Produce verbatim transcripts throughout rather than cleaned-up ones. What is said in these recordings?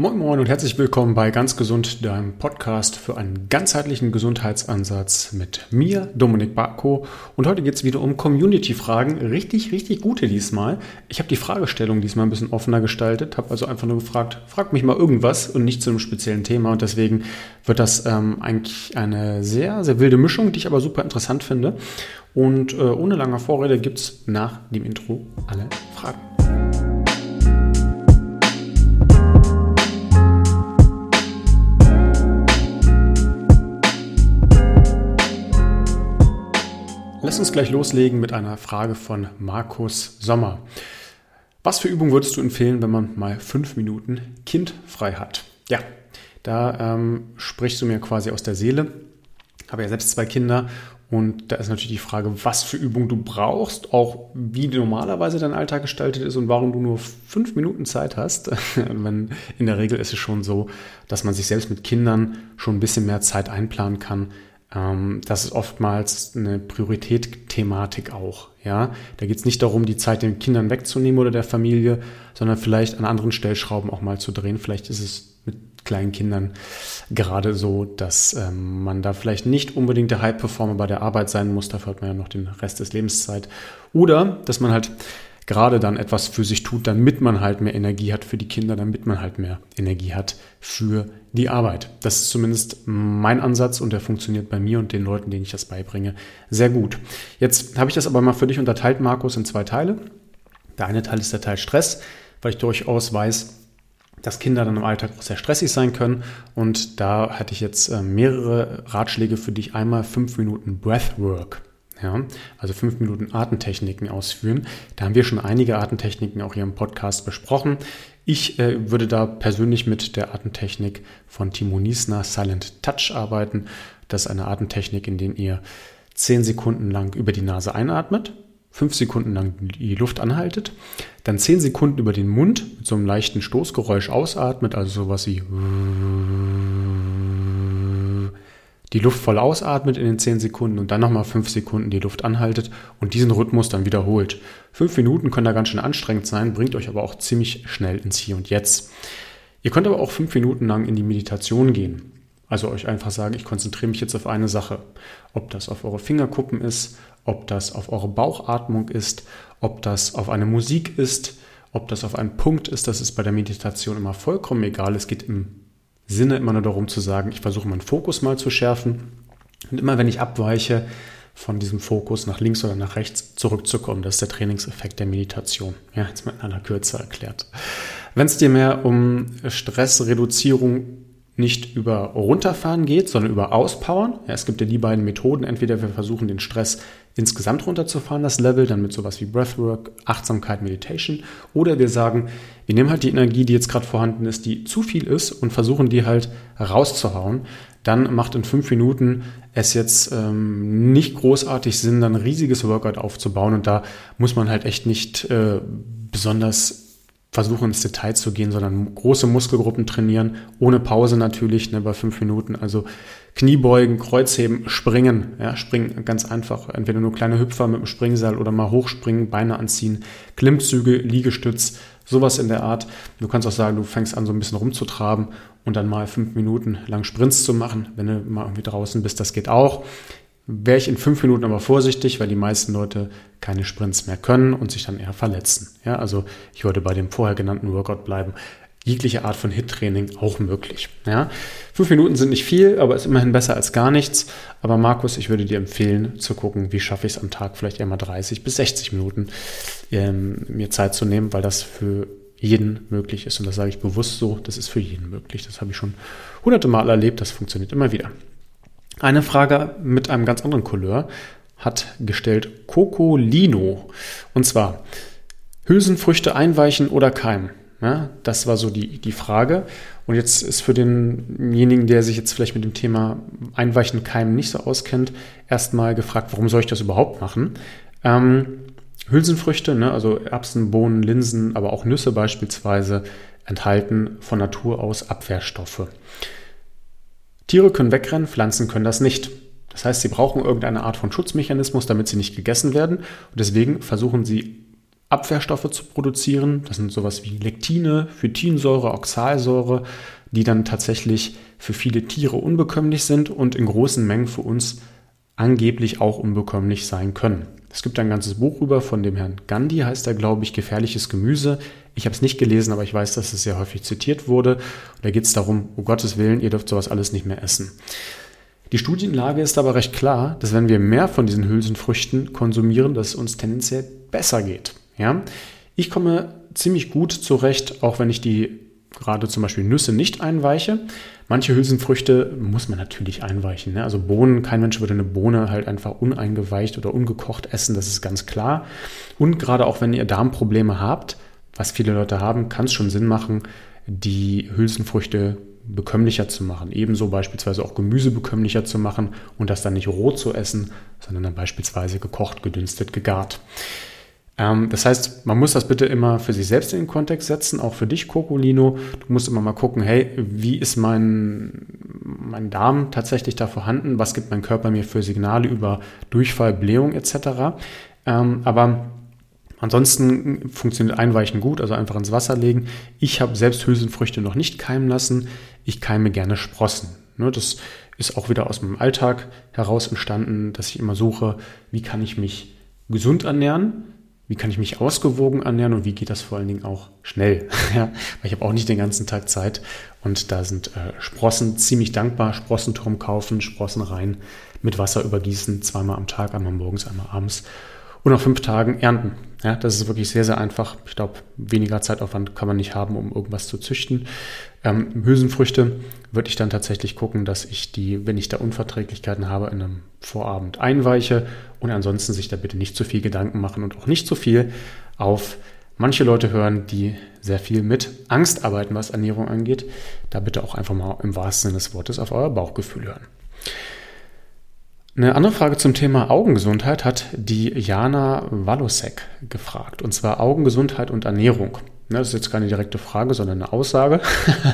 Moin Moin und herzlich willkommen bei Ganz Gesund, deinem Podcast für einen ganzheitlichen Gesundheitsansatz mit mir, Dominik Barko. Und heute geht es wieder um Community-Fragen. Richtig, richtig gute diesmal. Ich habe die Fragestellung diesmal ein bisschen offener gestaltet, habe also einfach nur gefragt, frag mich mal irgendwas und nicht zu einem speziellen Thema. Und deswegen wird das ähm, eigentlich eine sehr, sehr wilde Mischung, die ich aber super interessant finde. Und äh, ohne lange Vorrede gibt es nach dem Intro alle Fragen. Lass uns gleich loslegen mit einer Frage von Markus Sommer. Was für Übung würdest du empfehlen, wenn man mal fünf Minuten kindfrei hat? Ja, da ähm, sprichst du mir quasi aus der Seele. Ich habe ja selbst zwei Kinder und da ist natürlich die Frage, was für Übung du brauchst, auch wie normalerweise dein Alltag gestaltet ist und warum du nur fünf Minuten Zeit hast. Wenn, in der Regel ist es schon so, dass man sich selbst mit Kindern schon ein bisschen mehr Zeit einplanen kann. Das ist oftmals eine Priorität-Thematik auch. Ja? Da geht es nicht darum, die Zeit den Kindern wegzunehmen oder der Familie, sondern vielleicht an anderen Stellschrauben auch mal zu drehen. Vielleicht ist es mit kleinen Kindern gerade so, dass ähm, man da vielleicht nicht unbedingt der High-Performer bei der Arbeit sein muss. Dafür hat man ja noch den Rest des Lebens Zeit. Oder, dass man halt gerade dann etwas für sich tut, damit man halt mehr Energie hat für die Kinder, damit man halt mehr Energie hat für die Arbeit. Das ist zumindest mein Ansatz und der funktioniert bei mir und den Leuten, denen ich das beibringe, sehr gut. Jetzt habe ich das aber mal für dich unterteilt, Markus, in zwei Teile. Der eine Teil ist der Teil Stress, weil ich durchaus weiß, dass Kinder dann im Alltag auch sehr stressig sein können. Und da hatte ich jetzt mehrere Ratschläge für dich. Einmal fünf Minuten Breathwork. Ja, also fünf Minuten Atemtechniken ausführen. Da haben wir schon einige Atemtechniken auch hier im Podcast besprochen. Ich äh, würde da persönlich mit der Atemtechnik von Timo Niesner Silent Touch arbeiten. Das ist eine Atemtechnik, in der ihr zehn Sekunden lang über die Nase einatmet, fünf Sekunden lang die Luft anhaltet, dann zehn Sekunden über den Mund mit so einem leichten Stoßgeräusch ausatmet, also sowas wie die Luft voll ausatmet in den zehn Sekunden und dann nochmal fünf Sekunden die Luft anhaltet und diesen Rhythmus dann wiederholt. Fünf Minuten können da ganz schön anstrengend sein, bringt euch aber auch ziemlich schnell ins Hier und Jetzt. Ihr könnt aber auch fünf Minuten lang in die Meditation gehen. Also euch einfach sagen, ich konzentriere mich jetzt auf eine Sache. Ob das auf eure Fingerkuppen ist, ob das auf eure Bauchatmung ist, ob das auf eine Musik ist, ob das auf einen Punkt ist, das ist bei der Meditation immer vollkommen egal. Es geht im Sinne immer nur darum zu sagen, ich versuche meinen Fokus mal zu schärfen und immer wenn ich abweiche, von diesem Fokus nach links oder nach rechts zurückzukommen. Das ist der Trainingseffekt der Meditation. Ja, jetzt mal in aller Kürze erklärt. Wenn es dir mehr um Stressreduzierung nicht über Runterfahren geht, sondern über Auspowern. Ja, es gibt ja die beiden Methoden. Entweder wir versuchen den Stress insgesamt runterzufahren, das Level, dann mit sowas wie Breathwork, Achtsamkeit, Meditation. Oder wir sagen, wir nehmen halt die Energie, die jetzt gerade vorhanden ist, die zu viel ist und versuchen die halt rauszuhauen. Dann macht in fünf Minuten es jetzt ähm, nicht großartig Sinn, dann ein riesiges Workout aufzubauen. Und da muss man halt echt nicht äh, besonders versuchen ins Detail zu gehen, sondern große Muskelgruppen trainieren, ohne Pause natürlich, ne, bei fünf Minuten. Also Kniebeugen, Kreuzheben, Springen. Ja, Springen ganz einfach. Entweder nur kleine Hüpfer mit dem Springseil oder mal hochspringen, Beine anziehen, Klimmzüge, Liegestütz, sowas in der Art. Du kannst auch sagen, du fängst an so ein bisschen rumzutraben und dann mal fünf Minuten lang Sprints zu machen, wenn du mal irgendwie draußen bist, das geht auch. Wäre ich in fünf Minuten aber vorsichtig, weil die meisten Leute keine Sprints mehr können und sich dann eher verletzen. Ja, also ich würde bei dem vorher genannten Workout bleiben. Jegliche Art von Hit-Training auch möglich. Ja, fünf Minuten sind nicht viel, aber ist immerhin besser als gar nichts. Aber Markus, ich würde dir empfehlen, zu gucken, wie schaffe ich es am Tag vielleicht eher mal dreißig bis sechzig Minuten ähm, mir Zeit zu nehmen, weil das für jeden möglich ist. Und das sage ich bewusst so, das ist für jeden möglich. Das habe ich schon hunderte Mal erlebt, das funktioniert immer wieder. Eine Frage mit einem ganz anderen Couleur hat gestellt Cocolino. Und zwar, Hülsenfrüchte einweichen oder keimen? Ja, das war so die, die Frage. Und jetzt ist für denjenigen, der sich jetzt vielleicht mit dem Thema Einweichen, Keimen nicht so auskennt, erstmal gefragt, warum soll ich das überhaupt machen? Ähm, Hülsenfrüchte, ne, also Erbsen, Bohnen, Linsen, aber auch Nüsse beispielsweise, enthalten von Natur aus Abwehrstoffe. Tiere können wegrennen, Pflanzen können das nicht. Das heißt, sie brauchen irgendeine Art von Schutzmechanismus, damit sie nicht gegessen werden. Und deswegen versuchen sie Abwehrstoffe zu produzieren. Das sind sowas wie Lektine, Phytinsäure, Oxalsäure, die dann tatsächlich für viele Tiere unbekömmlich sind und in großen Mengen für uns angeblich auch unbekömmlich sein können. Es gibt ein ganzes Buch rüber von dem Herrn Gandhi, heißt er, glaube ich, Gefährliches Gemüse. Ich habe es nicht gelesen, aber ich weiß, dass es sehr häufig zitiert wurde. Und da geht es darum, um Gottes Willen, ihr dürft sowas alles nicht mehr essen. Die Studienlage ist aber recht klar, dass wenn wir mehr von diesen Hülsenfrüchten konsumieren, dass es uns tendenziell besser geht. Ja? Ich komme ziemlich gut zurecht, auch wenn ich die gerade zum Beispiel Nüsse nicht einweiche. Manche Hülsenfrüchte muss man natürlich einweichen. Ne? Also Bohnen, kein Mensch würde eine Bohne halt einfach uneingeweicht oder ungekocht essen, das ist ganz klar. Und gerade auch wenn ihr Darmprobleme habt, was viele Leute haben, kann es schon Sinn machen, die Hülsenfrüchte bekömmlicher zu machen. Ebenso beispielsweise auch Gemüse bekömmlicher zu machen und das dann nicht roh zu essen, sondern dann beispielsweise gekocht, gedünstet, gegart. Das heißt, man muss das bitte immer für sich selbst in den Kontext setzen, auch für dich, Coccolino. Du musst immer mal gucken, hey, wie ist mein, mein Darm tatsächlich da vorhanden? Was gibt mein Körper mir für Signale über Durchfall, Blähung et cetera? Ähm, aber ansonsten funktioniert Einweichen gut, also einfach ins Wasser legen. Ich habe selbst Hülsenfrüchte noch nicht keimen lassen. Ich keime gerne Sprossen. Das ist auch wieder aus meinem Alltag heraus entstanden, dass ich immer suche, wie kann ich mich gesund ernähren? Wie kann ich mich ausgewogen ernähren und wie geht das vor allen Dingen auch schnell? Ja, weil ich habe auch nicht den ganzen Tag Zeit und da sind äh, Sprossen ziemlich dankbar. Sprossenturm kaufen, Sprossen rein, mit Wasser übergießen, zweimal am Tag, einmal morgens, einmal abends und nach fünf Tagen ernten. Ja, das ist wirklich sehr, sehr einfach. Ich glaube, weniger Zeitaufwand kann man nicht haben, um irgendwas zu züchten. Ähm, Hülsenfrüchte würde ich dann tatsächlich gucken, dass ich die, wenn ich da Unverträglichkeiten habe, in einem Vorabend einweiche und ansonsten sich da bitte nicht zu viel Gedanken machen und auch nicht zu viel auf manche Leute hören, die sehr viel mit Angst arbeiten, was Ernährung angeht. Da bitte auch einfach mal im wahrsten Sinne des Wortes auf euer Bauchgefühl hören. Eine andere Frage zum Thema Augengesundheit hat die Jana Walosek gefragt, und zwar Augengesundheit und Ernährung. Das ist jetzt keine direkte Frage, sondern eine Aussage.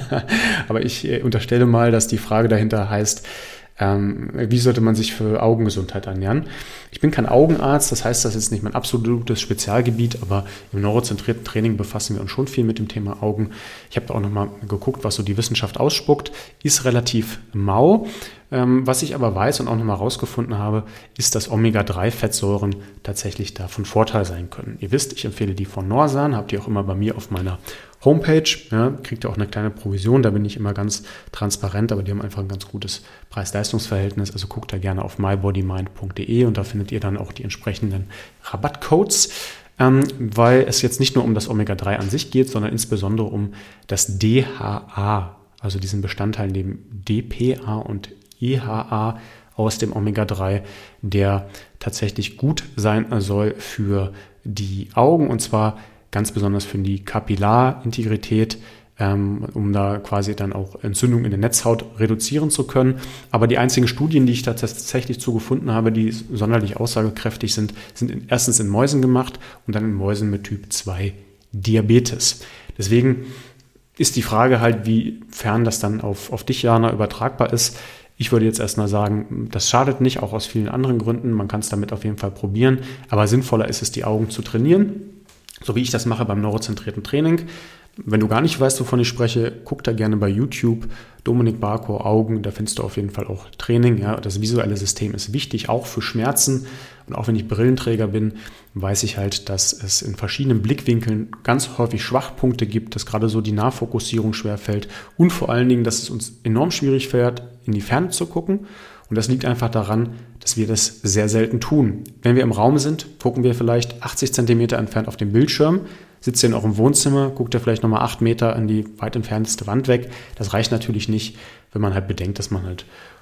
Aber ich unterstelle mal, dass die Frage dahinter heißt, ähm, wie sollte man sich für Augengesundheit ernähren? Ich bin kein Augenarzt, das heißt, das ist nicht mein absolutes Spezialgebiet, aber im neurozentrierten Training befassen wir uns schon viel mit dem Thema Augen. Ich habe da auch nochmal geguckt, was so die Wissenschaft ausspuckt, ist relativ mau. Ähm, was ich aber weiß und auch nochmal rausgefunden habe, ist, dass Omega drei Fettsäuren tatsächlich da von Vorteil sein können. Ihr wisst, ich empfehle die von Norsan, habt ihr auch immer bei mir auf meiner Homepage, ja, kriegt ihr auch eine kleine Provision, da bin ich immer ganz transparent, aber die haben einfach ein ganz gutes Preis-Leistungs-Verhältnis, also guckt da gerne auf my body mind punkt de und da findet ihr dann auch die entsprechenden Rabattcodes, ähm, weil es jetzt nicht nur um das Omega drei an sich geht, sondern insbesondere um das D H A, also diesen Bestandteil neben D P A und E H A aus dem Omega drei, der tatsächlich gut sein soll für die Augen und zwar ganz besonders für die Kapillarintegrität, ähm, um da quasi dann auch Entzündungen in der Netzhaut reduzieren zu können. Aber die einzigen Studien, die ich da tatsächlich zu gefunden habe, die sonderlich aussagekräftig sind, sind in, erstens in Mäusen gemacht und dann in Mäusen mit Typ zwei Diabetes. Deswegen ist die Frage halt, wie fern das dann auf, auf dich, Jana, übertragbar ist. Ich würde jetzt erstmal sagen, das schadet nicht, auch aus vielen anderen Gründen. Man kann es damit auf jeden Fall probieren, aber sinnvoller ist es, die Augen zu trainieren. So wie ich das mache beim neurozentrierten Training. Wenn du gar nicht weißt, wovon ich spreche, guck da gerne bei YouTube. Dominik Barko, Augen, da findest du auf jeden Fall auch Training. Ja, das visuelle System ist wichtig, auch für Schmerzen. Und auch wenn ich Brillenträger bin, weiß ich halt, dass es in verschiedenen Blickwinkeln ganz häufig Schwachpunkte gibt, dass gerade so die Nahfokussierung schwerfällt und vor allen Dingen, dass es uns enorm schwierig fällt, in die Ferne zu gucken. Und das liegt einfach daran, dass wir das sehr selten tun. Wenn wir im Raum sind, gucken wir vielleicht achtzig Zentimeter entfernt auf den Bildschirm, sitzt ihr in eurem Wohnzimmer, guckt ihr vielleicht nochmal acht Meter an die weit entfernteste Wand weg. Das reicht natürlich nicht, wenn man halt bedenkt, dass man halt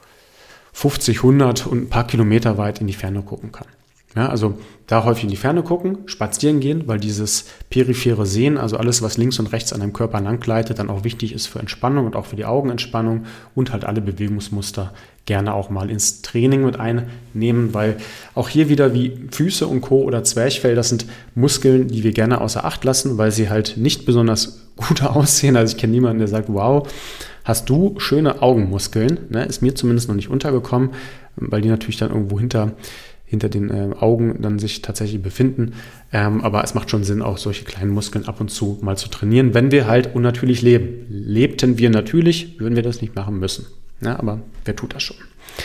fünfzig, hundert und ein paar Kilometer weit in die Ferne gucken kann. Ja, also da häufig in die Ferne gucken, spazieren gehen, weil dieses periphere Sehen, also alles, was links und rechts an deinem Körper langleitet, dann auch wichtig ist für Entspannung und auch für die Augenentspannung und halt alle Bewegungsmuster gerne auch mal ins Training mit einnehmen, weil auch hier wieder wie Füße und Co. oder Zwerchfell, das sind Muskeln, die wir gerne außer Acht lassen, weil sie halt nicht besonders gut aussehen. Also ich kenne niemanden, der sagt, wow, hast du schöne Augenmuskeln, ne? Ist mir zumindest noch nicht untergekommen, weil die natürlich dann irgendwo hinter hinter den äh, Augen dann sich tatsächlich befinden. Ähm, aber es macht schon Sinn, auch solche kleinen Muskeln ab und zu mal zu trainieren, wenn wir halt unnatürlich leben. Lebten wir natürlich, würden wir das nicht machen müssen. Ja, aber wer tut das schon?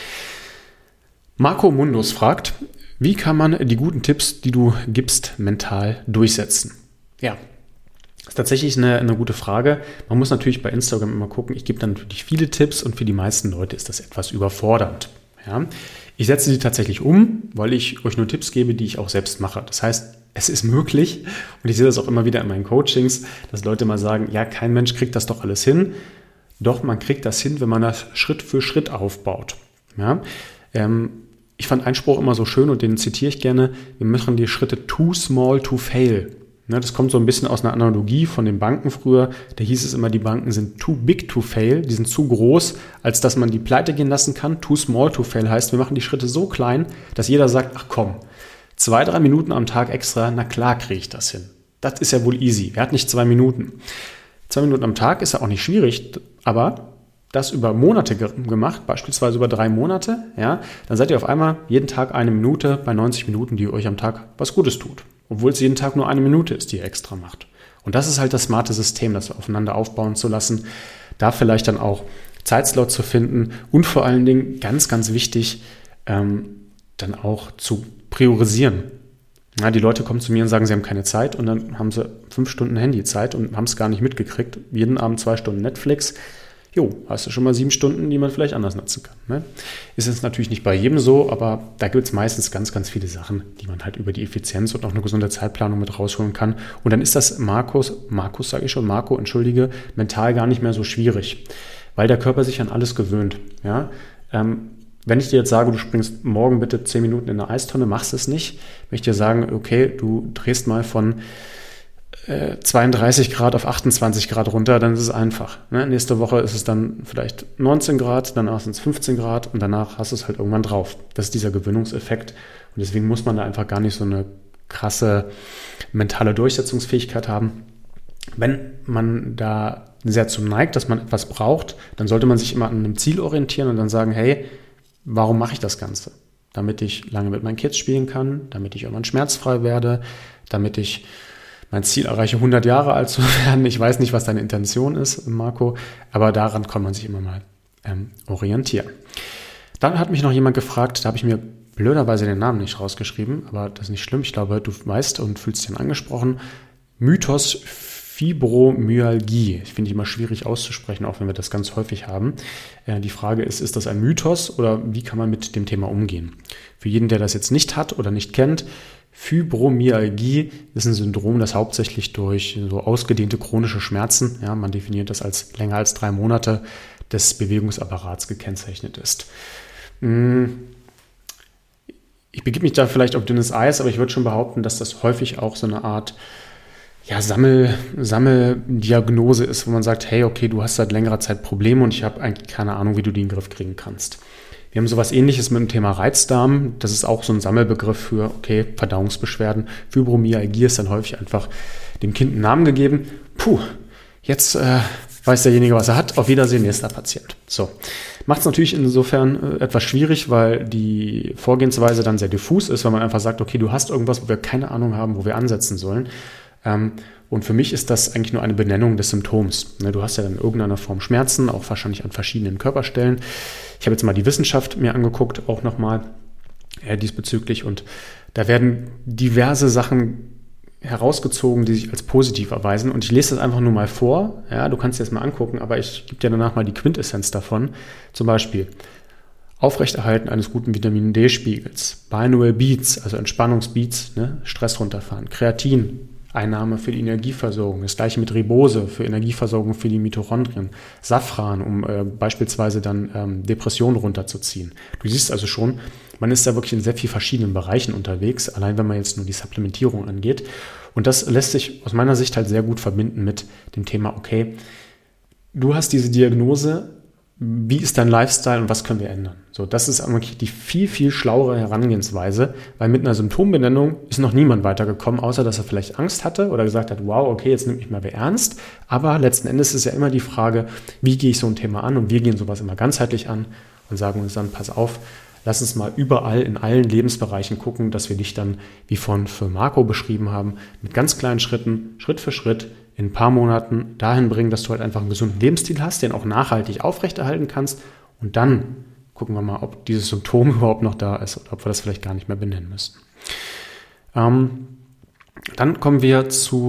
Marco Mundus fragt, wie kann man die guten Tipps, die du gibst, mental durchsetzen? Ja, das ist tatsächlich eine, eine gute Frage. Man muss natürlich bei Instagram immer gucken, ich gebe dann natürlich viele Tipps und für die meisten Leute ist das etwas überfordernd. Ja, ich setze die tatsächlich um, weil ich euch nur Tipps gebe, die ich auch selbst mache. Das heißt, es ist möglich und ich sehe das auch immer wieder in meinen Coachings, dass Leute mal sagen, ja, kein Mensch kriegt das doch alles hin. Doch, man kriegt das hin, wenn man das Schritt für Schritt aufbaut. Ja, ähm, ich fand einen Spruch immer so schön und den zitiere ich gerne. Wir machen die Schritte too small to fail. Ja, das kommt so ein bisschen aus einer Analogie von den Banken früher. Da hieß es immer, die Banken sind too big to fail. Die sind zu groß, als dass man die pleite gehen lassen kann. Too small to fail heißt, wir machen die Schritte so klein, dass jeder sagt, ach komm, zwei, drei Minuten am Tag extra, na klar kriege ich das hin. Das ist ja wohl easy. Wer hat nicht zwei Minuten? Zwei Minuten am Tag ist ja auch nicht schwierig, aber das über Monate gemacht, beispielsweise über drei Monate, ja, dann seid ihr auf einmal jeden Tag eine Minute bei neunzig Minuten, die euch am Tag was Gutes tut. Obwohl es jeden Tag nur eine Minute ist, die ihr extra macht. Und das ist halt das smarte System, das aufeinander aufbauen zu lassen, da vielleicht dann auch Zeitslot zu finden und vor allen Dingen, ganz, ganz wichtig, ähm, dann auch zu priorisieren. Ja, die Leute kommen zu mir und sagen, sie haben keine Zeit und dann haben sie fünf Stunden Handyzeit und haben es gar nicht mitgekriegt. Jeden Abend zwei Stunden Netflix. Jo, hast du schon mal sieben Stunden, die man vielleicht anders nutzen kann. Ne? Ist jetzt natürlich nicht bei jedem so, aber da gibt es meistens ganz, ganz viele Sachen, die man halt über die Effizienz und auch eine gesunde Zeitplanung mit rausholen kann. Und dann ist das Markus, Markus sage ich schon, Marco, entschuldige, mental gar nicht mehr so schwierig, weil der Körper sich an alles gewöhnt. Ja? Ähm, wenn ich dir jetzt sage, du springst morgen bitte zehn Minuten in eine Eistonne, machst es nicht. Wenn ich dir sage, okay, du drehst mal von zweiunddreißig Grad auf achtundzwanzig Grad runter, dann ist es einfach. Ne? Nächste Woche ist es dann vielleicht neunzehn Grad, danach sind es fünfzehn Grad und danach hast du es halt irgendwann drauf. Das ist dieser Gewöhnungseffekt und deswegen muss man da einfach gar nicht so eine krasse mentale Durchsetzungsfähigkeit haben. Wenn man da sehr zu neigt, dass man etwas braucht, dann sollte man sich immer an einem Ziel orientieren und dann sagen, hey, warum mache ich das Ganze? Damit ich lange mit meinen Kids spielen kann, damit ich irgendwann schmerzfrei werde, damit ich mein Ziel erreiche, hundert Jahre alt zu werden. Ich weiß nicht, was deine Intention ist, Marco, aber daran kann man sich immer mal ähm, orientieren. Dann hat mich noch jemand gefragt, da habe ich mir blöderweise den Namen nicht rausgeschrieben, aber das ist nicht schlimm. Ich glaube, du weißt und fühlst dich angesprochen. Mythos Fibromyalgie. Ich finde ich immer schwierig auszusprechen, auch wenn wir das ganz häufig haben. Äh, die Frage ist, ist das ein Mythos oder wie kann man mit dem Thema umgehen? Für jeden, der das jetzt nicht hat oder nicht kennt, Fibromyalgie ist ein Syndrom, das hauptsächlich durch so ausgedehnte chronische Schmerzen, ja, man definiert das als länger als drei Monate des Bewegungsapparats gekennzeichnet ist. Ich begebe mich da vielleicht auf dünnes Eis, aber ich würde schon behaupten, dass das häufig auch so eine Art ja, Sammel, Sammeldiagnose ist, wo man sagt, hey, okay, du hast seit längerer Zeit Probleme und ich habe eigentlich keine Ahnung, wie du die in den Griff kriegen kannst. Wir haben sowas Ähnliches mit dem Thema Reizdarm. Das ist auch so ein Sammelbegriff für, okay, Verdauungsbeschwerden. Fibromyalgie ist dann häufig einfach dem Kind einen Namen gegeben. Puh, jetzt äh, weiß derjenige, was er hat. Auf Wiedersehen, nächster Patient. So, macht es natürlich insofern äh, etwas schwierig, weil die Vorgehensweise dann sehr diffus ist, weil man einfach sagt, okay, du hast irgendwas, wo wir keine Ahnung haben, wo wir ansetzen sollen. Ähm, und für mich ist das eigentlich nur eine Benennung des Symptoms. Du hast ja dann in irgendeiner Form Schmerzen, auch wahrscheinlich an verschiedenen Körperstellen. Ich habe jetzt mal die Wissenschaft mir angeguckt, auch nochmal äh, diesbezüglich. Und da werden diverse Sachen herausgezogen, die sich als positiv erweisen. Und ich lese das einfach nur mal vor. Ja, du kannst dir das mal angucken, aber ich gebe dir danach mal die Quintessenz davon. Zum Beispiel Aufrechterhalten eines guten Vitamin D-Spiegels, Binaural Beats, also Entspannungsbeats, ne, Stress runterfahren, Kreatin, Einnahme für die Energieversorgung, das gleiche mit Ribose für Energieversorgung für die Mitochondrien, Safran, um äh, beispielsweise dann ähm, Depressionen runterzuziehen. Du siehst also schon, man ist da wirklich in sehr vielen verschiedenen Bereichen unterwegs, allein wenn man jetzt nur die Supplementierung angeht. Und das lässt sich aus meiner Sicht halt sehr gut verbinden mit dem Thema, okay, du hast diese Diagnose, wie ist dein Lifestyle und was können wir ändern? So, das ist eigentlich die viel, viel schlauere Herangehensweise, weil mit einer Symptombenennung ist noch niemand weitergekommen, außer dass er vielleicht Angst hatte oder gesagt hat, wow, okay, jetzt nimmt mich mal wer ernst. Aber letzten Endes ist ja immer die Frage, wie gehe ich so ein Thema an? Und wir gehen sowas immer ganzheitlich an und sagen uns dann, pass auf, lass uns mal überall in allen Lebensbereichen gucken, dass wir dich dann, wie von für Marco beschrieben haben, mit ganz kleinen Schritten, Schritt für Schritt, in ein paar Monaten dahin bringen, dass du halt einfach einen gesunden Lebensstil hast, den auch nachhaltig aufrechterhalten kannst. Und dann gucken wir mal, ob dieses Symptom überhaupt noch da ist oder ob wir das vielleicht gar nicht mehr benennen müssen. Ähm, dann kommen wir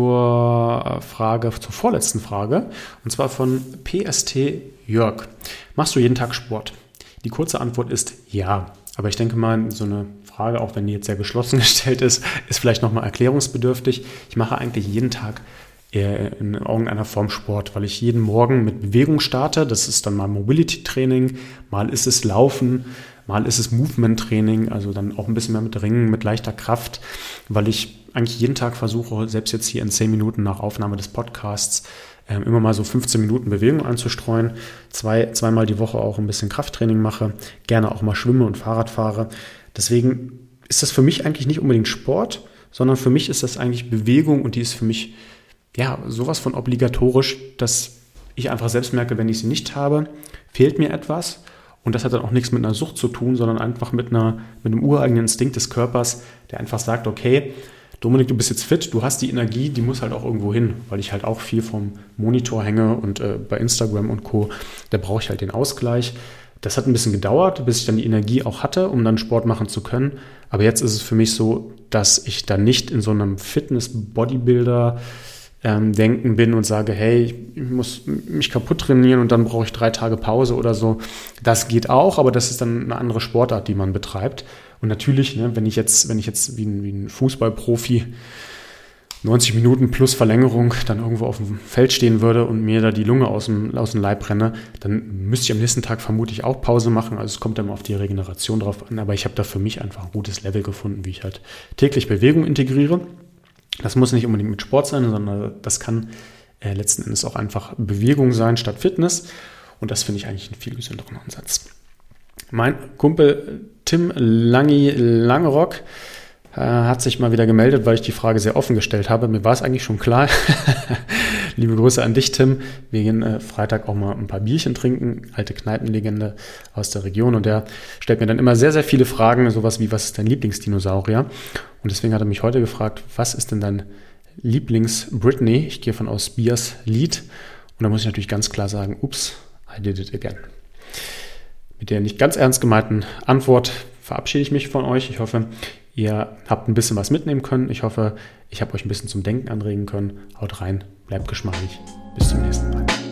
zur Frage, zur vorletzten Frage, und zwar von P S T Jörg. Machst du jeden Tag Sport? Die kurze Antwort ist ja. Aber ich denke mal, so eine Frage, auch wenn die jetzt sehr geschlossen gestellt ist, ist vielleicht nochmal erklärungsbedürftig. Ich mache eigentlich jeden Tag in irgendeiner Form Sport, weil ich jeden Morgen mit Bewegung starte. Das ist dann mal Mobility-Training, mal ist es Laufen, mal ist es Movement-Training, also dann auch ein bisschen mehr mit Ringen, mit leichter Kraft, weil ich eigentlich jeden Tag versuche, selbst jetzt hier in zehn Minuten nach Aufnahme des Podcasts, ähm, immer mal so fünfzehn Minuten Bewegung anzustreuen, zwei, zweimal die Woche auch ein bisschen Krafttraining mache, gerne auch mal schwimme und Fahrrad fahre. Deswegen ist das für mich eigentlich nicht unbedingt Sport, sondern für mich ist das eigentlich Bewegung und die ist für mich ja sowas von obligatorisch, dass ich einfach selbst merke, wenn ich sie nicht habe, fehlt mir etwas. Und das hat dann auch nichts mit einer Sucht zu tun, sondern einfach mit, einer, mit einem ureigenen Instinkt des Körpers, der einfach sagt, okay, Dominik, du bist jetzt fit, du hast die Energie, die muss halt auch irgendwo hin, weil ich halt auch viel vom Monitor hänge und äh, bei Instagram und Co., da brauche ich halt den Ausgleich. Das hat ein bisschen gedauert, bis ich dann die Energie auch hatte, um dann Sport machen zu können. Aber jetzt ist es für mich so, dass ich dann nicht in so einem Fitness-Bodybuilder ähm, denken bin und sage, hey, ich muss mich kaputt trainieren und dann brauche ich drei Tage Pause oder so. Das geht auch, aber das ist dann eine andere Sportart, die man betreibt. Und natürlich, ne, wenn ich jetzt, wenn ich jetzt wie ein, wie ein Fußballprofi neunzig Minuten plus Verlängerung dann irgendwo auf dem Feld stehen würde und mir da die Lunge aus dem, aus dem Leib renne, dann müsste ich am nächsten Tag vermutlich auch Pause machen. Also es kommt dann auf die Regeneration drauf an, aber ich habe da für mich einfach ein gutes Level gefunden, wie ich halt täglich Bewegung integriere. Das muss nicht unbedingt mit Sport sein, sondern das kann äh, letzten Endes auch einfach Bewegung sein statt Fitness. Und das finde ich eigentlich einen viel gesünderen Ansatz. Mein Kumpel Tim Langi Langerock äh, hat sich mal wieder gemeldet, weil ich die Frage sehr offen gestellt habe. Mir war es eigentlich schon klar. Liebe Grüße an dich, Tim. Wir gehen äh, Freitag auch mal ein paar Bierchen trinken. Alte Kneipenlegende aus der Region. Und der stellt mir dann immer sehr, sehr viele Fragen. Sowas wie, was ist dein Lieblingsdinosaurier? Und deswegen hat er mich heute gefragt, was ist denn dein Lieblings-Britney? Ich gehe von aus Spears Lied. Und da muss ich natürlich ganz klar sagen, ups, I did it again. Mit der nicht ganz ernst gemeinten Antwort verabschiede ich mich von euch. Ich hoffe, ihr habt ein bisschen was mitnehmen können. Ich hoffe, ich habe euch ein bisschen zum Denken anregen können. Haut rein, bleibt geschmeidig. Bis zum nächsten Mal.